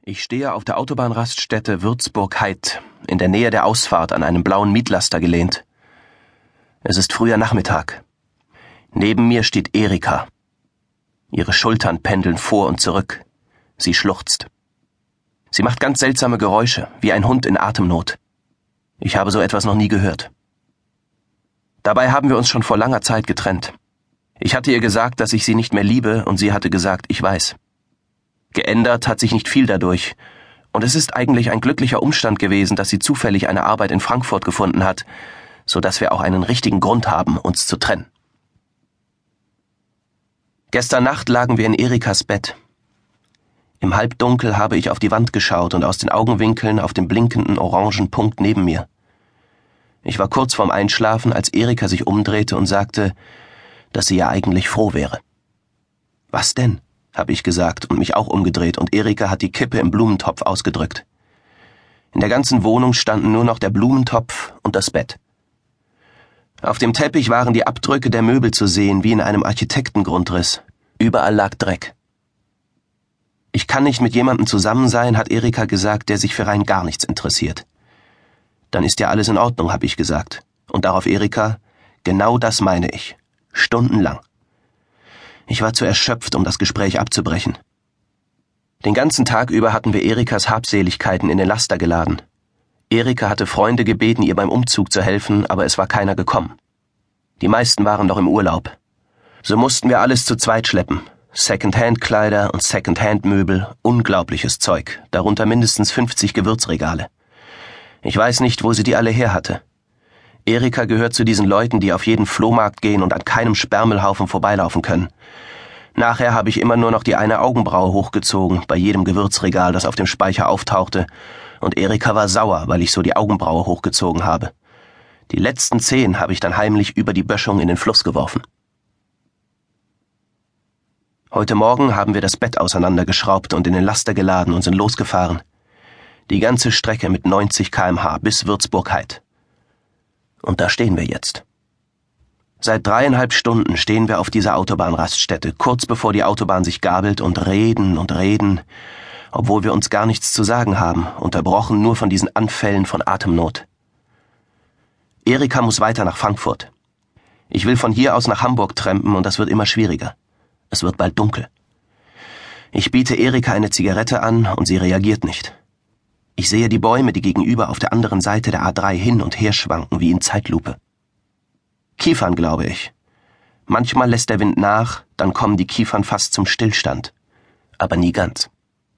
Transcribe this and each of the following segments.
Ich stehe auf der Autobahnraststätte Würzburg-Heid, in der Nähe der Ausfahrt an einem blauen Mietlaster gelehnt. Es ist früher Nachmittag. Neben mir steht Erika. Ihre Schultern pendeln vor und zurück. Sie schluchzt. Sie macht ganz seltsame Geräusche, wie ein Hund in Atemnot. Ich habe so etwas noch nie gehört. Dabei haben wir uns schon vor langer Zeit getrennt. Ich hatte ihr gesagt, dass ich sie nicht mehr liebe, und sie hatte gesagt, ich weiß. Geändert hat sich nicht viel dadurch, und es ist eigentlich ein glücklicher Umstand gewesen, dass sie zufällig eine Arbeit in Frankfurt gefunden hat, so dass wir auch einen richtigen Grund haben, uns zu trennen. Gestern Nacht lagen wir in Erikas Bett. Im Halbdunkel habe ich auf die Wand geschaut und aus den Augenwinkeln auf den blinkenden orangen Punkt neben mir. Ich war kurz vorm Einschlafen, als Erika sich umdrehte und sagte, dass sie ja eigentlich froh wäre. »Was denn?« habe ich gesagt und mich auch umgedreht, und Erika hat die Kippe im Blumentopf ausgedrückt. In der ganzen Wohnung standen nur noch der Blumentopf und das Bett. Auf dem Teppich waren die Abdrücke der Möbel zu sehen, wie in einem Architektengrundriss. Überall lag Dreck. Ich kann nicht mit jemandem zusammen sein, hat Erika gesagt, der sich für rein gar nichts interessiert. Dann ist ja alles in Ordnung, habe ich gesagt. Und darauf Erika, genau das meine ich. Stundenlang. Ich war zu erschöpft, um das Gespräch abzubrechen. Den ganzen Tag über hatten wir Erikas Habseligkeiten in den Laster geladen. Erika hatte Freunde gebeten, ihr beim Umzug zu helfen, aber es war keiner gekommen. Die meisten waren noch im Urlaub. So mussten wir alles zu zweit schleppen. Second-Hand-Kleider und Second-Hand-Möbel, unglaubliches Zeug, darunter mindestens 50 Gewürzregale. Ich weiß nicht, wo sie die alle her hatte. Erika gehört zu diesen Leuten, die auf jeden Flohmarkt gehen und an keinem Sperrmüllhaufen vorbeilaufen können. Nachher habe ich immer nur noch die eine Augenbraue hochgezogen, bei jedem Gewürzregal, das auf dem Speicher auftauchte, und Erika war sauer, weil ich so die Augenbraue hochgezogen habe. Die letzten 10 habe ich dann heimlich über die Böschung in den Fluss geworfen. Heute Morgen haben wir das Bett auseinandergeschraubt und in den Laster geladen und sind losgefahren. Die ganze Strecke mit 90 km/h bis Würzburg-Heid. Und da stehen wir jetzt. Seit 3,5 Stunden stehen wir auf dieser Autobahnraststätte, kurz bevor die Autobahn sich gabelt, und reden, obwohl wir uns gar nichts zu sagen haben, unterbrochen nur von diesen Anfällen von Atemnot. Erika muss weiter nach Frankfurt. Ich will von hier aus nach Hamburg trampen, und das wird immer schwieriger. Es wird bald dunkel. Ich biete Erika eine Zigarette an, und sie reagiert nicht. Ich sehe die Bäume, die gegenüber auf der anderen Seite der A3 hin und her schwanken wie in Zeitlupe. Kiefern, glaube ich. Manchmal lässt der Wind nach, dann kommen die Kiefern fast zum Stillstand. Aber nie ganz.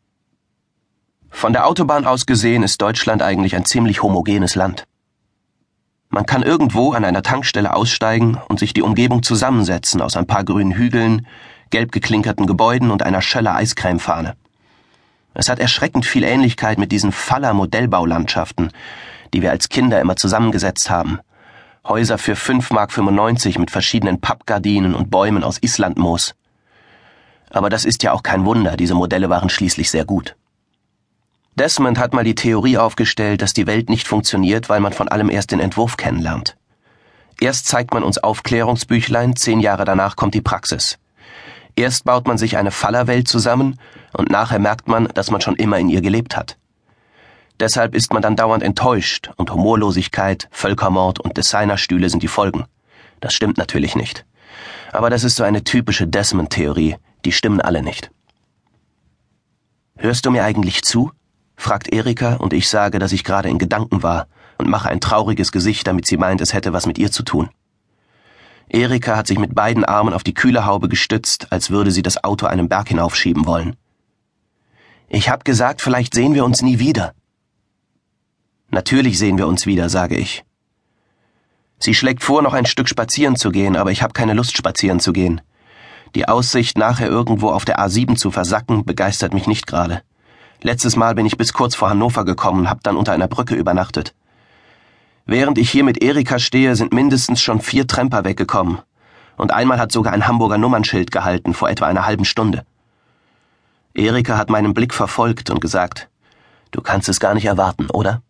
Von der Autobahn aus gesehen ist Deutschland eigentlich ein ziemlich homogenes Land. Man kann irgendwo an einer Tankstelle aussteigen und sich die Umgebung zusammensetzen aus ein paar grünen Hügeln, gelb geklinkerten Gebäuden und einer Schöller Eiscremefahne. Es hat erschreckend viel Ähnlichkeit mit diesen Faller-Modellbaulandschaften, die wir als Kinder immer zusammengesetzt haben. Häuser für 5,95 Mark mit verschiedenen Pappgardinen und Bäumen aus Islandmoos. Aber das ist ja auch kein Wunder, diese Modelle waren schließlich sehr gut. Desmond hat mal die Theorie aufgestellt, dass die Welt nicht funktioniert, weil man von allem erst den Entwurf kennenlernt. Erst zeigt man uns Aufklärungsbüchlein, 10 Jahre danach kommt die Praxis. Erst baut man sich eine Fallerwelt zusammen, und nachher merkt man, dass man schon immer in ihr gelebt hat. Deshalb ist man dann dauernd enttäuscht, und Humorlosigkeit, Völkermord und Designerstühle sind die Folgen. Das stimmt natürlich nicht. Aber das ist so eine typische Desmond-Theorie, die stimmen alle nicht. »Hörst du mir eigentlich zu?« fragt Erika, und ich sage, dass ich gerade in Gedanken war, und mache ein trauriges Gesicht, damit sie meint, es hätte was mit ihr zu tun. Erika hat sich mit beiden Armen auf die Kühlerhaube gestützt, als würde sie das Auto einen Berg hinaufschieben wollen. »Ich hab gesagt, vielleicht sehen wir uns nie wieder.« »Natürlich sehen wir uns wieder«, sage ich. Sie schlägt vor, noch ein Stück spazieren zu gehen, aber ich habe keine Lust, spazieren zu gehen. Die Aussicht, nachher irgendwo auf der A7 zu versacken, begeistert mich nicht gerade. Letztes Mal bin ich bis kurz vor Hannover gekommen und habe dann unter einer Brücke übernachtet. Während ich hier mit Erika stehe, sind mindestens schon 4 Tramper weggekommen. Und einmal hat sogar ein Hamburger Nummernschild gehalten, vor etwa einer halben Stunde. Erika hat meinen Blick verfolgt und gesagt, »Du kannst es gar nicht erwarten, oder?«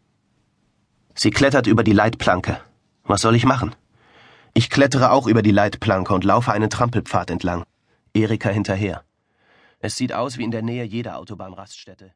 Sie klettert über die Leitplanke. Was soll ich machen? Ich klettere auch über die Leitplanke und laufe einen Trampelpfad entlang. Erika hinterher. Es sieht aus wie in der Nähe jeder Autobahnraststätte.